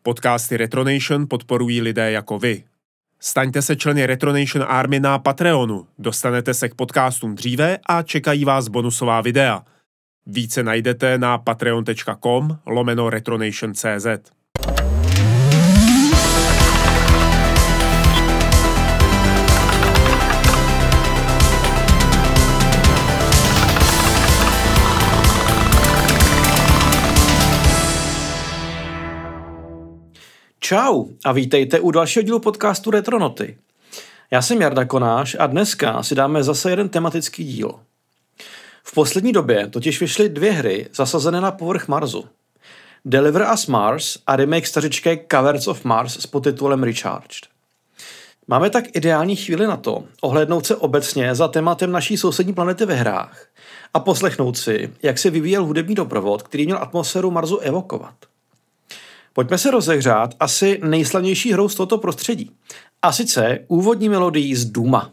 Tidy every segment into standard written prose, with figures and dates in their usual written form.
Podcasty Retronation podporují lidé jako vy. Staňte se členy Retronation Army na Patreonu, dostanete se k podcastům dříve a čekají vás bonusová videa. Více najdete na patreon.com/retronation.cz. Čau a vítejte u dalšího dílu podcastu Retronoty. Já jsem Jarda Konáš a dneska si dáme zase jeden tematický díl. V poslední době totiž vyšly 2 hry zasazené na povrch Marsu. Deliver Us Mars a remake stařičké Caverns of Mars s podtitulem Recharged. Máme tak ideální chvíli na to ohlédnout se obecně za tématem naší sousední planety ve hrách a poslechnout si, jak se vyvíjel hudební doprovod, který měl atmosféru Marsu evokovat. Pojďme se rozehřát asi nejslavnější hrou z tohoto prostředí. A sice úvodní melodii z Duma.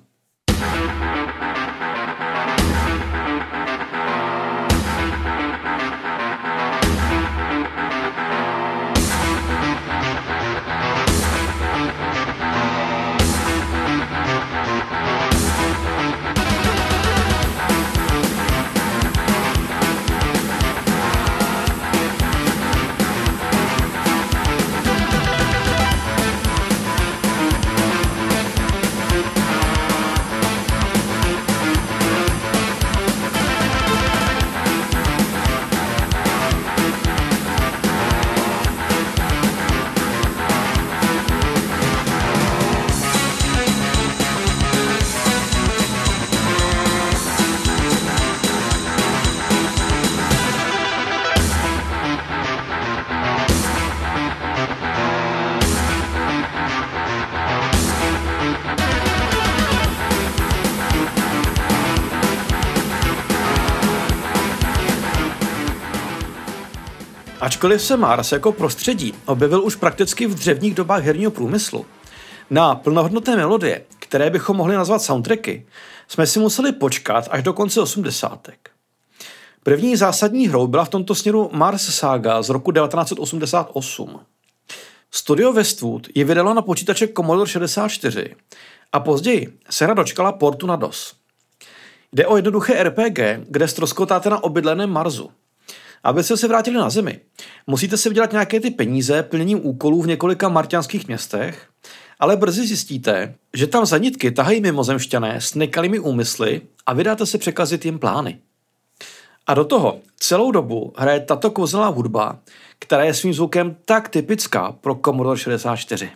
Ačkoliv se Mars jako prostředí objevil už prakticky v dřevních dobách herního průmyslu, na plnohodnotné melodie, které bychom mohli nazvat soundtracky, jsme si museli počkat až do konce 80. První zásadní hrou byla v tomto směru Mars Saga z roku 1988. Studio Westwood ji vydalo na počítače Commodore 64 a později se hra dočkala portu na DOS. Jde o jednoduché RPG, kde ztroskotáte na obydleném Marsu. Abyste se vrátili na Zemi, musíte si vydělat nějaké ty peníze plněním úkolů v několika marťanských městech, ale brzy zjistíte, že tam za nitky tahají mimozemšťané s nekalými úmysly a vydáte se překazit jim plány. A do toho celou dobu hraje tato kouzelná hudba, která je svým zvukem tak typická pro Commodore 64.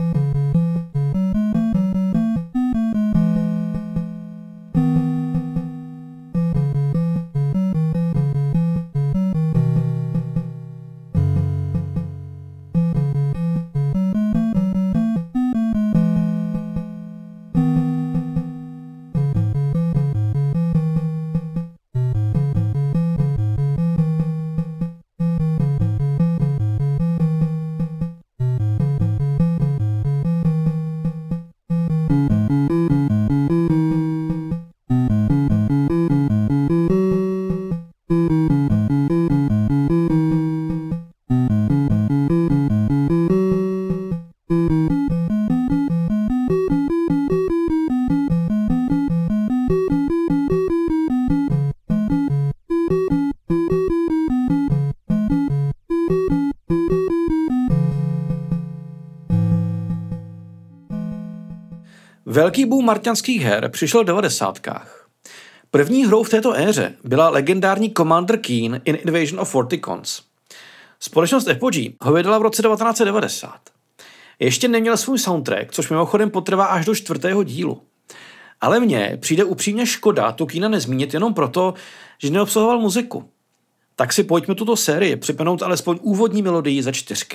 Velký boom marťanských her přišel v 90. První hrou v této éře byla legendární Commander Keen in Invasion of Vorticons. Společnost Apogee ho vydala v roce 1990. Ještě neměl svůj soundtrack, což mimochodem potrvá až do 4. dílu. Ale mně přijde upřímně škoda tu Keena nezmínit jenom proto, že neobsahoval muziku. Tak si pojďme tuto sérii připomenout alespoň úvodní melodii ze 4.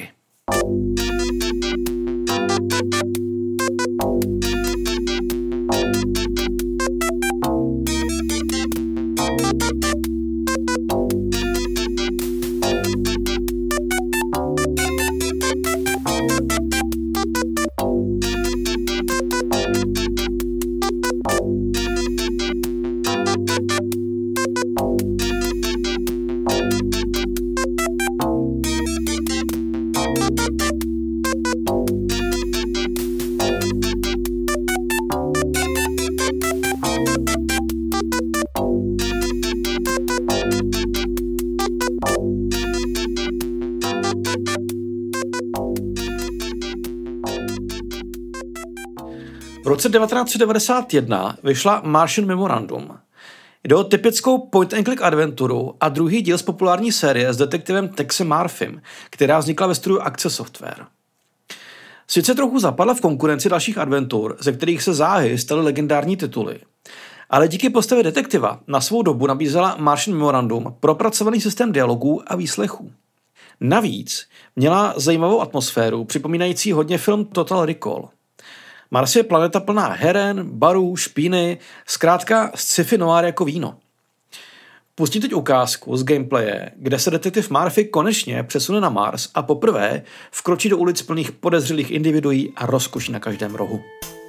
V roce 1991 vyšla Martian Memorandum. Jde o typickou point-and-click adventuru a druhý díl z populární série s detektivem Texem Murphym, která vznikla ve studiu Access Software. Sice trochu zapadla v konkurenci dalších adventur, ze kterých se záhy staly legendární tituly, ale díky postavě detektiva na svou dobu nabízela Martian Memorandum propracovaný systém dialogů a výslechů. Navíc měla zajímavou atmosféru, připomínající hodně film Total Recall. Mars je planeta plná heren, barů, špíny, zkrátka sci-fi noir jako víno. Pustím teď ukázku z gameplaye, kde se detektiv Murphy konečně přesune na Mars a poprvé vkročí do ulic plných podezřelých individuí a rozkoší na každém rohu.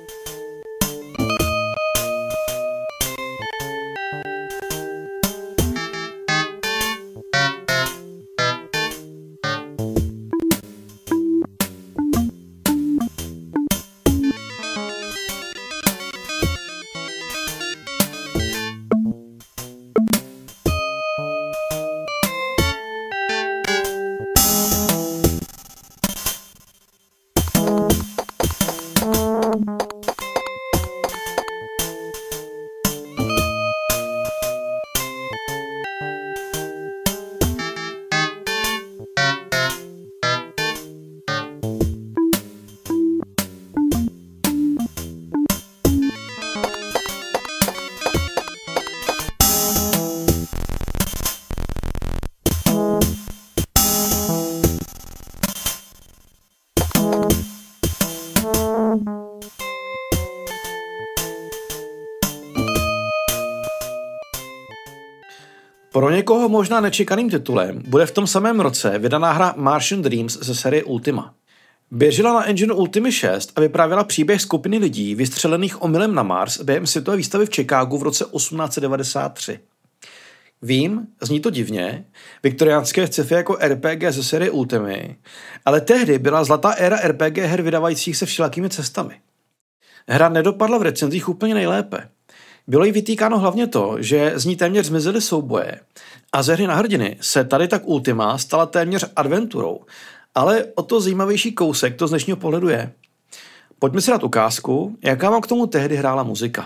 Pro někoho možná nečekaným titulem bude v tom samém roce vydaná hra Martian Dreams ze série Ultima. Běžela na engineu Ultima 6 a vyprávěla příběh skupiny lidí vystřelených omylem na Mars během světové výstavy v Chicagu v roce 1893. Vím, zní to divně, viktoriánské sci-fi jako RPG ze série Ultimy, ale tehdy byla zlatá éra RPG her vydávajících se všelakými cestami. Hra nedopadla v recenzích úplně nejlépe. Bylo jí vytýkáno hlavně to, že z ní téměř zmizely souboje a ze hry na hrdiny se tady tak Ultima stala téměř adventurou, ale o to zajímavější kousek to z dnešního pohledu je. Pojďme si dát ukázku, jaká vám k tomu tehdy hrála muzika.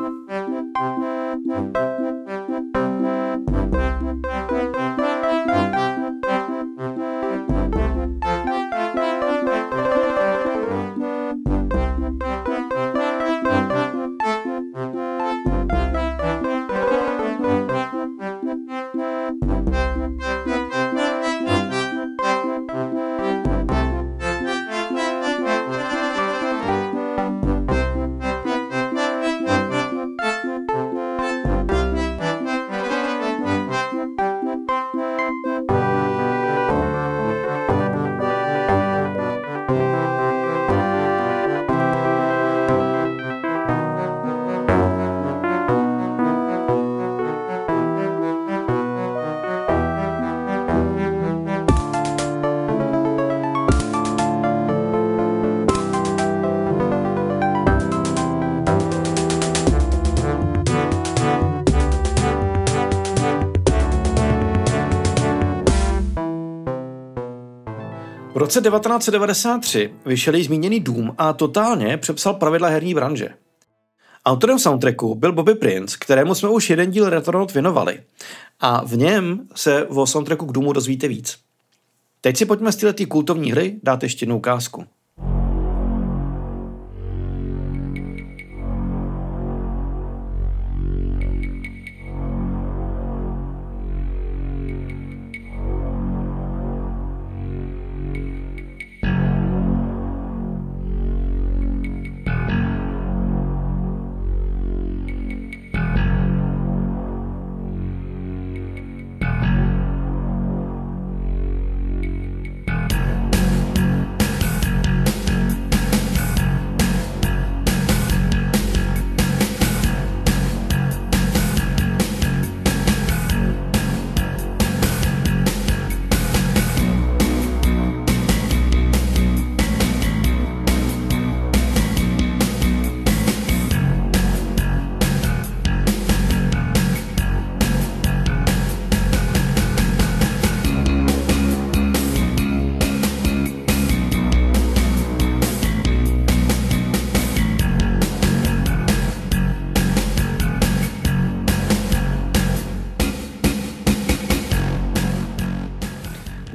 V roce 1993 vyšel jí zmíněný Doom a totálně přepsal pravidla herní branže. Autorem soundtracku byl Bobby Prince, kterému jsme už jeden díl Retronot věnovali. A v něm se o soundtracku k Doomu dozvíte víc. Teď si pojďme z této kultovní hry dát ještě jednu ukázku.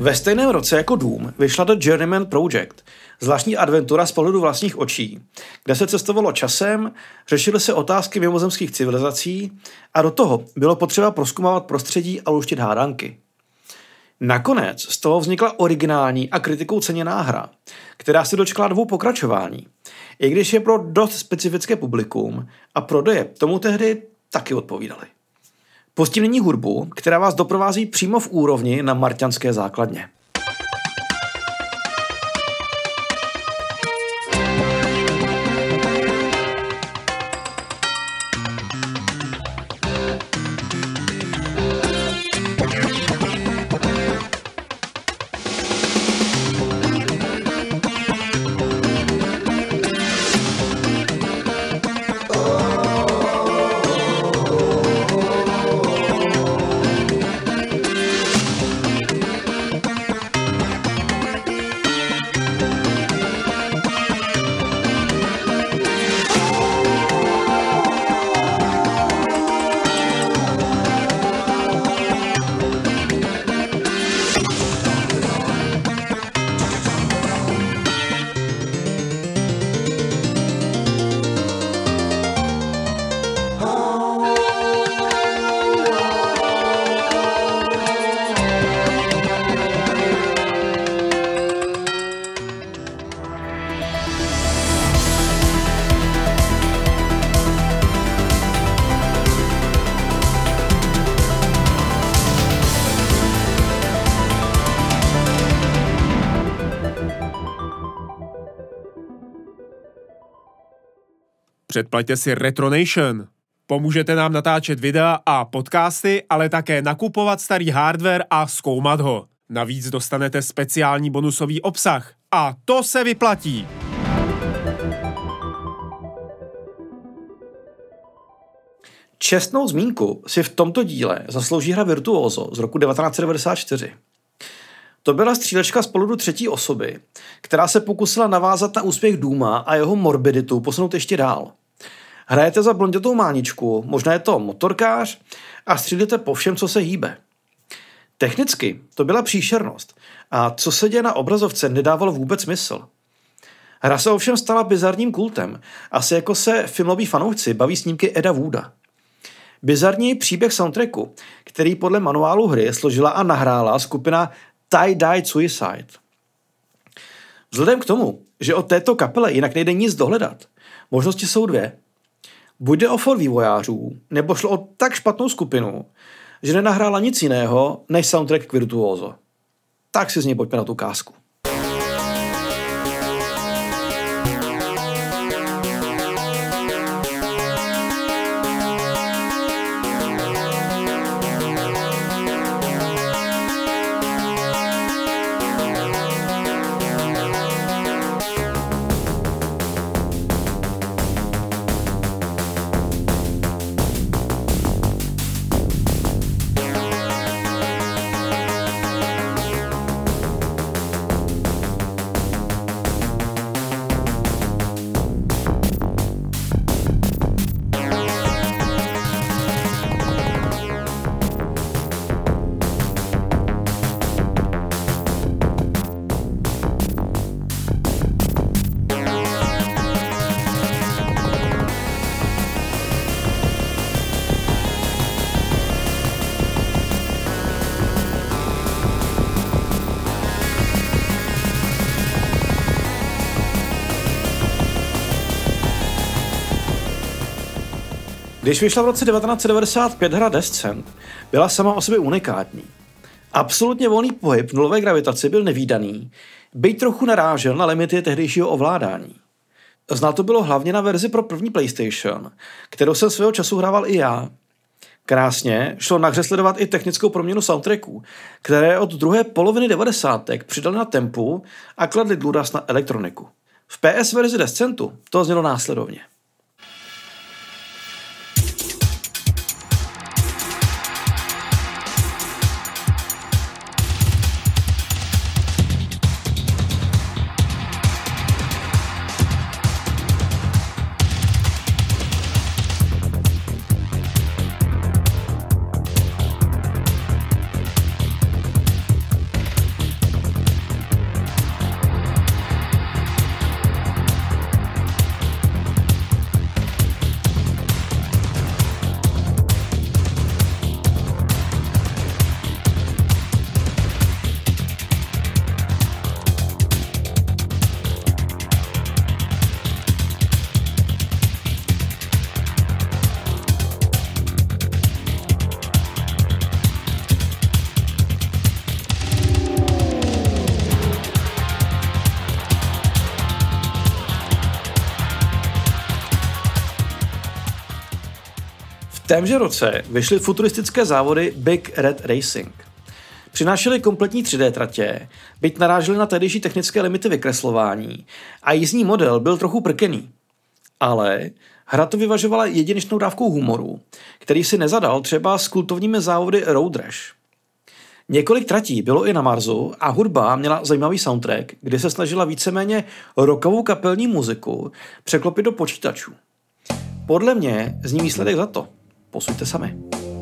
Ve stejném roce jako Doom vyšla The Journeyman Project, zvláštní adventura z pohledu vlastních očí, kde se cestovalo časem, řešily se otázky mimozemských civilizací a do toho bylo potřeba prozkoumávat prostředí a luštit hádanky. Nakonec z toho vznikla originální a kritikou ceněná hra, která se dočkala 2 pokračování, i když je pro dost specifické publikum a prodeje tomu tehdy taky odpovídaly. Pustím nyní hudbu, která vás doprovází přímo v úrovni na marťanské základně. Předplaťte si Retronation. Pomůžete nám natáčet videa a podcasty, ale také nakupovat starý hardware a zkoumat ho. Navíc dostanete speciální bonusový obsah. A to se vyplatí! Čestnou zmínku si v tomto díle zaslouží hra Virtuoso z roku 1994. To byla střílečka z pohledu třetí osoby, která se pokusila navázat na úspěch Dooma a jeho morbiditu posunout ještě dál. Hrajete za blondětou máničku, možná je to motorkář, a střílíte po všem, co se hýbe. Technicky to byla příšernost a co se děje na obrazovce nedávalo vůbec smysl. Hra se ovšem stala bizarním kultem, asi jako se filmoví fanoušci baví snímky Eda Wooda. Bizarní je příběh soundtracku, který podle manuálu hry složila a nahrála skupina Tie-Dye Suicide. Vzhledem k tomu, že o této kapele jinak nejde nic dohledat, možnosti jsou 2. Buď jde o for vývojářů, nebo šlo o tak špatnou skupinu, že nenahrála nic jiného než soundtrack k Virtuoso. Tak si z něj pojďme na tu ukázku. Když vyšla v roce 1995 hra Descent, byla sama o sobě unikátní. Absolutně volný pohyb v nulové gravitaci byl nevídaný, byť trochu narážel na limity tehdejšího ovládání. Znát to bylo hlavně na verzi pro první PlayStation, kterou jsem svého času hrával i já. Krásně šlo na hře sledovat i technickou proměnu soundtracků, které od druhé poloviny 90. přidali na tempu a kladli důraz na elektroniku. V PS verzi Descentu to znělo následovně. témže roce vyšly futuristické závody Big Red Racing. Přinášely kompletní 3D tratě, byť narážely na tehdejší technické limity vykreslování a jízdní model byl trochu prkený. Ale hra to vyvažovala jedinečnou dávkou humoru, který si nezadal třeba s kultovními závody Road Rash. Několik tratí bylo i na Marsu a hudba měla zajímavý soundtrack, kde se snažila víceméně rockovou kapelní muziku překlopit do počítačů. Podle mě zní výsledek za to. Posuďte sami.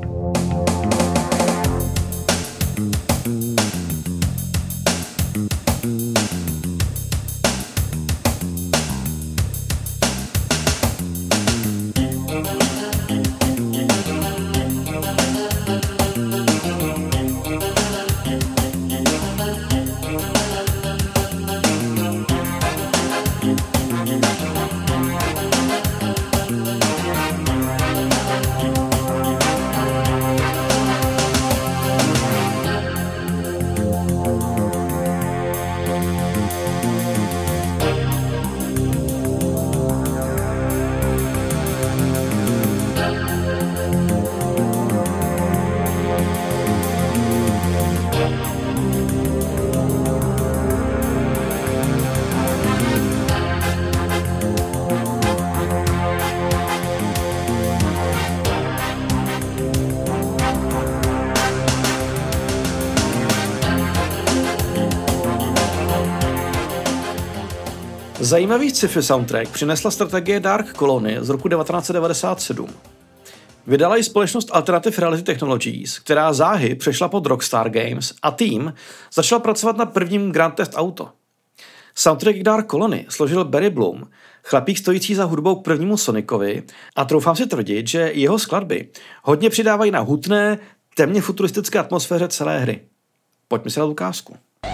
Zajímavý sci-fi soundtrack přinesla strategie Dark Colony z roku 1997. Vydala ji společnost Alternative Reality Technologies, která záhy přešla pod Rockstar Games a tým začal pracovat na prvním Grand Theft Auto. Soundtrack Dark Colony složil Barry Bloom, chlapík stojící za hudbou k prvnímu Sonicovi, a troufám si tvrdit, že jeho skladby hodně přidávají na hutné, temně futuristické atmosféře celé hry. Pojďme si dát ukázku.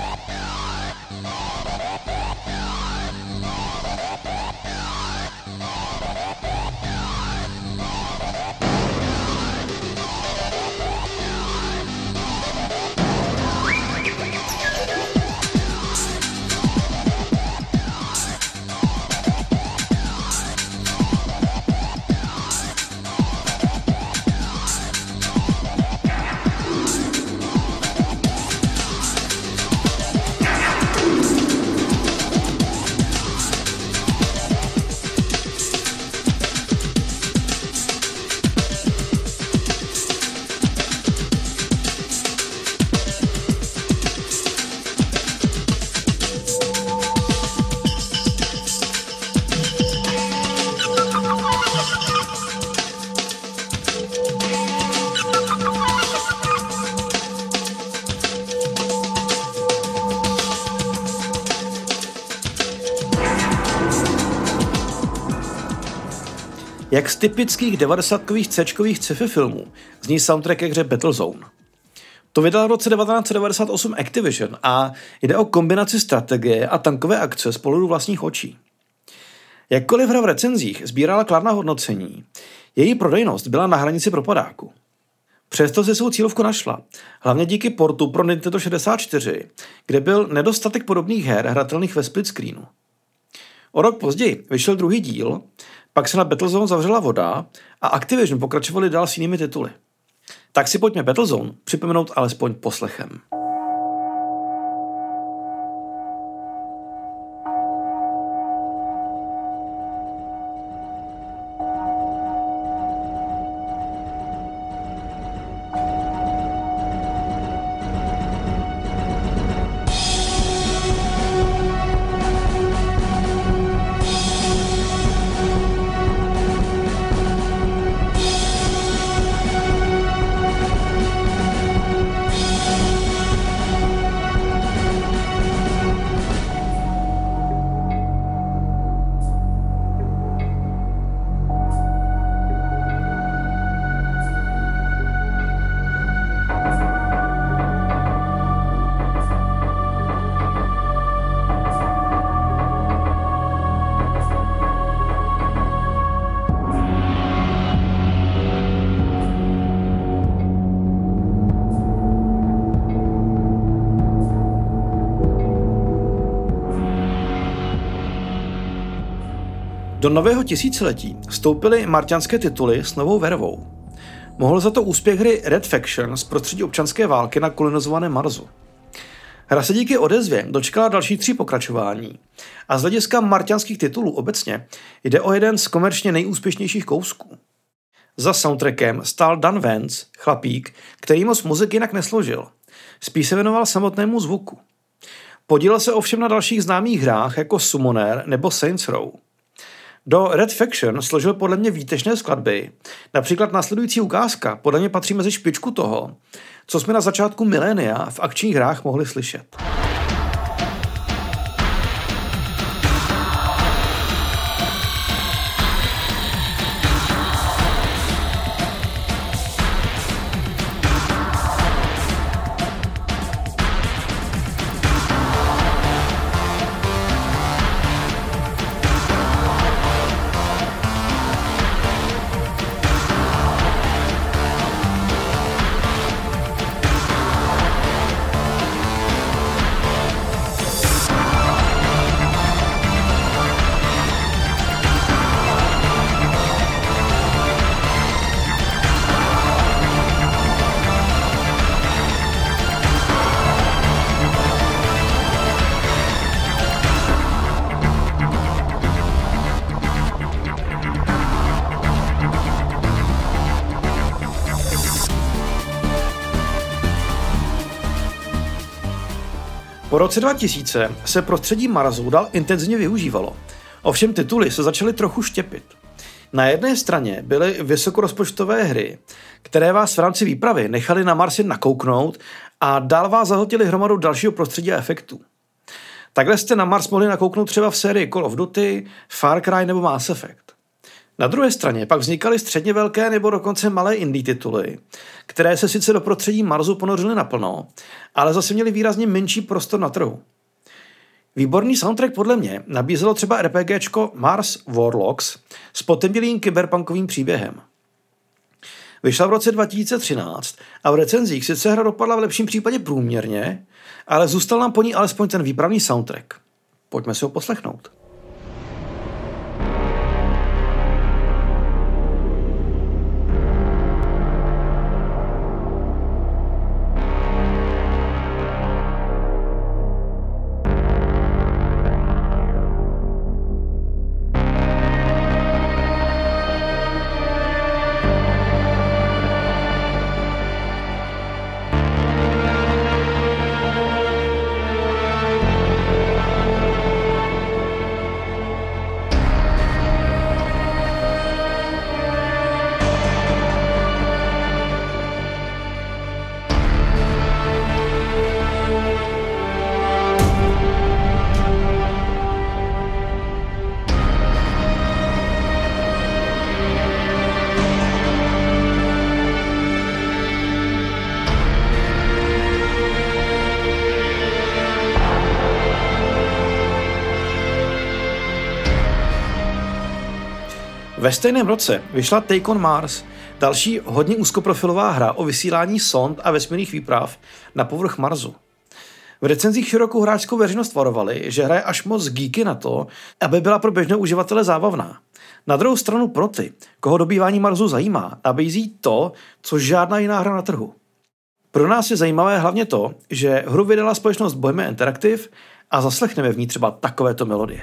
Jak z typických 90kových C-čkových sci-fi filmů zní soundtrack ke hře Battlezone. To vydal v roce 1998 Activision a jde o kombinaci strategie a tankové akce z pohledu vlastních očí. Jakkoliv hra v recenzích sbírala kladná hodnocení, její prodejnost byla na hranici propadáku. Přesto si svou cílovku našla, hlavně díky portu pro Nintendo 64, kde byl nedostatek podobných her hratelných ve split screenu. O rok později vyšel druhý díl, pak se na Battlezone zavřela voda a Activision pokračovali dál s jinými tituly. Tak si pojďme Battlezone připomenout alespoň poslechem. Do nového tisíciletí vstoupily marťanské tituly s novou vervou. Mohl za to úspěch hry Red Faction z prostředí občanské války na kolonizovaném Marsu. Hra se díky odezvě dočkala další 3 pokračování a z hlediska marťanských titulů obecně jde o jeden z komerčně nejúspěšnějších kousků. Za soundtrackem stál Dan Vance, chlapík, který moc muziky jinak nesložil. Spíš se věnoval samotnému zvuku. Podílel se ovšem na dalších známých hrách jako Summoner nebo Saints Row. Do Red Faction složil podle mě výtečné skladby. Například následující ukázka podle mě patří mezi špičku toho, co jsme na začátku milénia v akčních hrách mohli slyšet. Po roce 2000 se prostředí Marsu dál intenzivně využívalo. Ovšem tituly se začaly trochu štěpit. Na jedné straně byly vysokorozpočtové hry, které vás v rámci výpravy nechaly na Mars jen nakouknout a dál vás zahltily hromadou dalšího prostředí a efektů. Takhle jste na Mars mohli nakouknout třeba v sérii Call of Duty, Far Cry nebo Mass Effect. Na druhé straně pak vznikaly středně velké nebo dokonce malé indie tituly, které se sice do prostředí Marsu ponořily naplno, ale zase měly výrazně menší prostor na trhu. Výborný soundtrack podle mě nabízelo třeba RPGčko Mars Warlocks s potemnělým kyberpunkovým příběhem. Vyšla v roce 2013 a v recenzích sice hra dopadla v lepším případě průměrně, ale zůstal nám po ní alespoň ten výpravný soundtrack. Pojďme si ho poslechnout. Ve stejném roce vyšla Take on Mars, další hodně úzkoprofilová hra o vysílání sond a vesmírných výprav na povrch Marsu. V recenzích širokou hráčskou veřejnost varovali, že hra je až moc geeky na to, aby byla pro běžné uživatele zábavná. Na druhou stranu pro ty, koho dobývání Marsu zajímá, nabízí to, co žádná jiná hra na trhu. Pro nás je zajímavé hlavně to, že hru vydala společnost Bohemia Interactive a zaslechneme v ní třeba takovéto melodie.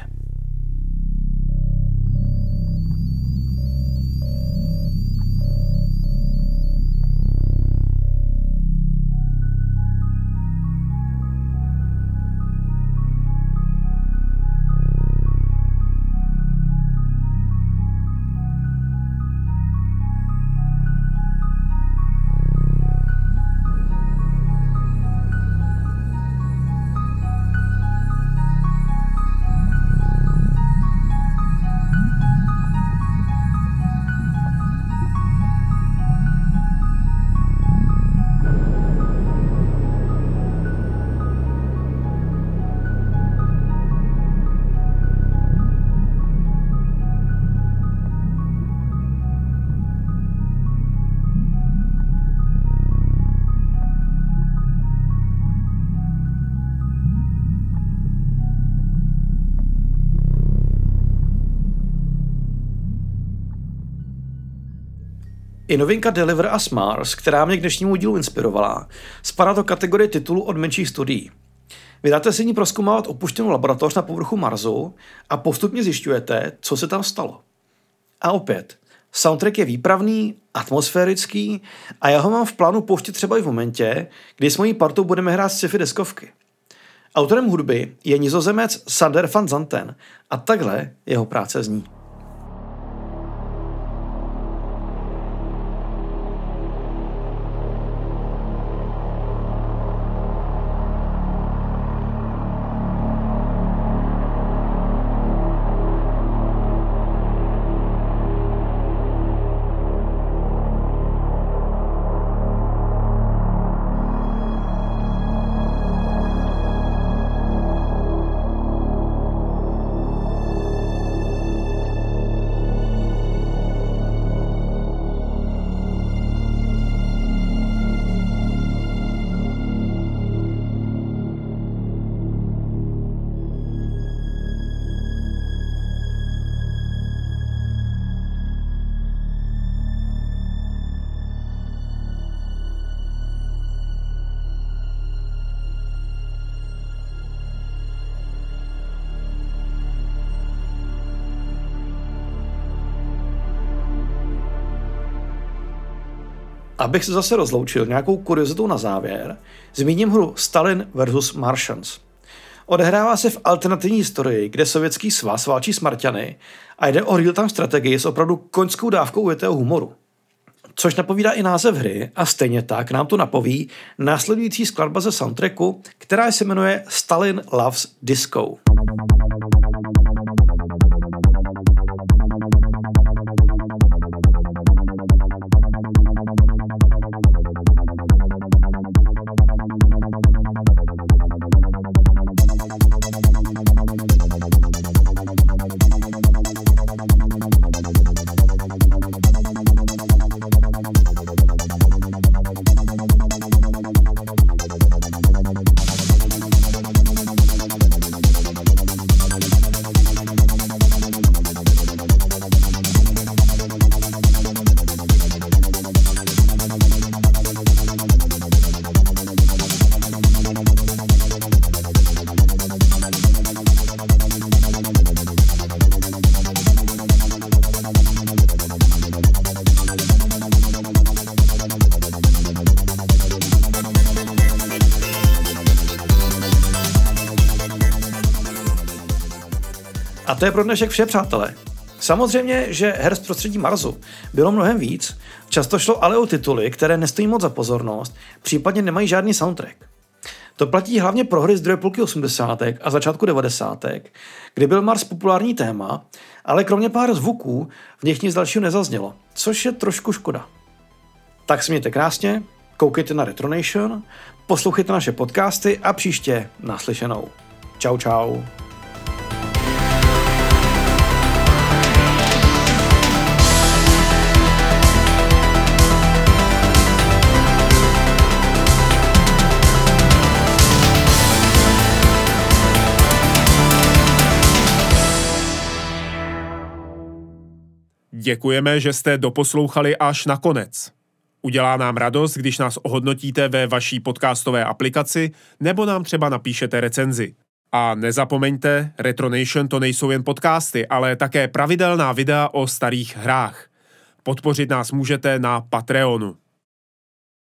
I novinka Deliver Us Mars, která mě k dnešnímu dílu inspirovala, spadá do kategorie titulů od menších studií. Vydáte si ní prozkoumávat opuštěnou laboratoř na povrchu Marsu a postupně zjišťujete, co se tam stalo. A opět, soundtrack je výpravný, atmosférický a já ho mám v plánu pouštět třeba i v momentě, kdy s mojí partou budeme hrát sci-fi deskovky. Autorem hudby je Nizozemec Sander van Zanten a takhle jeho práce zní. Abych se zase rozloučil nějakou kuriozitou na závěr, zmíním hru Stalin vs. Martians. Odehrává se v alternativní historii, kde Sovětský svaz válčí s Marťany a jde o real-time strategii s opravdu koňskou dávkou ujetého humoru. Což napovídá i název hry a stejně tak nám to napoví následující skladba ze soundtracku, která se jmenuje Stalin Loves Disco. A to je pro dnešek vše, přátelé. Samozřejmě, že her z prostředí Marsu bylo mnohem víc, často šlo ale o tituly, které nestojí moc za pozornost, případně nemají žádný soundtrack. To platí hlavně pro hry z druhé půlky 80. a začátku 90., kdy byl Mars populární téma, ale kromě pár zvuků v nich nic dalšího nezaznělo, což je trošku škoda. Tak se mějte krásně, koukejte na Retronation, poslouchejte naše podcasty a příště naslyšenou. Čau, čau. Děkujeme, že jste doposlouchali až na konec. Udělá nám radost, když nás ohodnotíte ve vaší podcastové aplikaci nebo nám třeba napíšete recenzi. A nezapomeňte, Retronation to nejsou jen podcasty, ale také pravidelná videa o starých hrách. Podpořit nás můžete na Patreonu.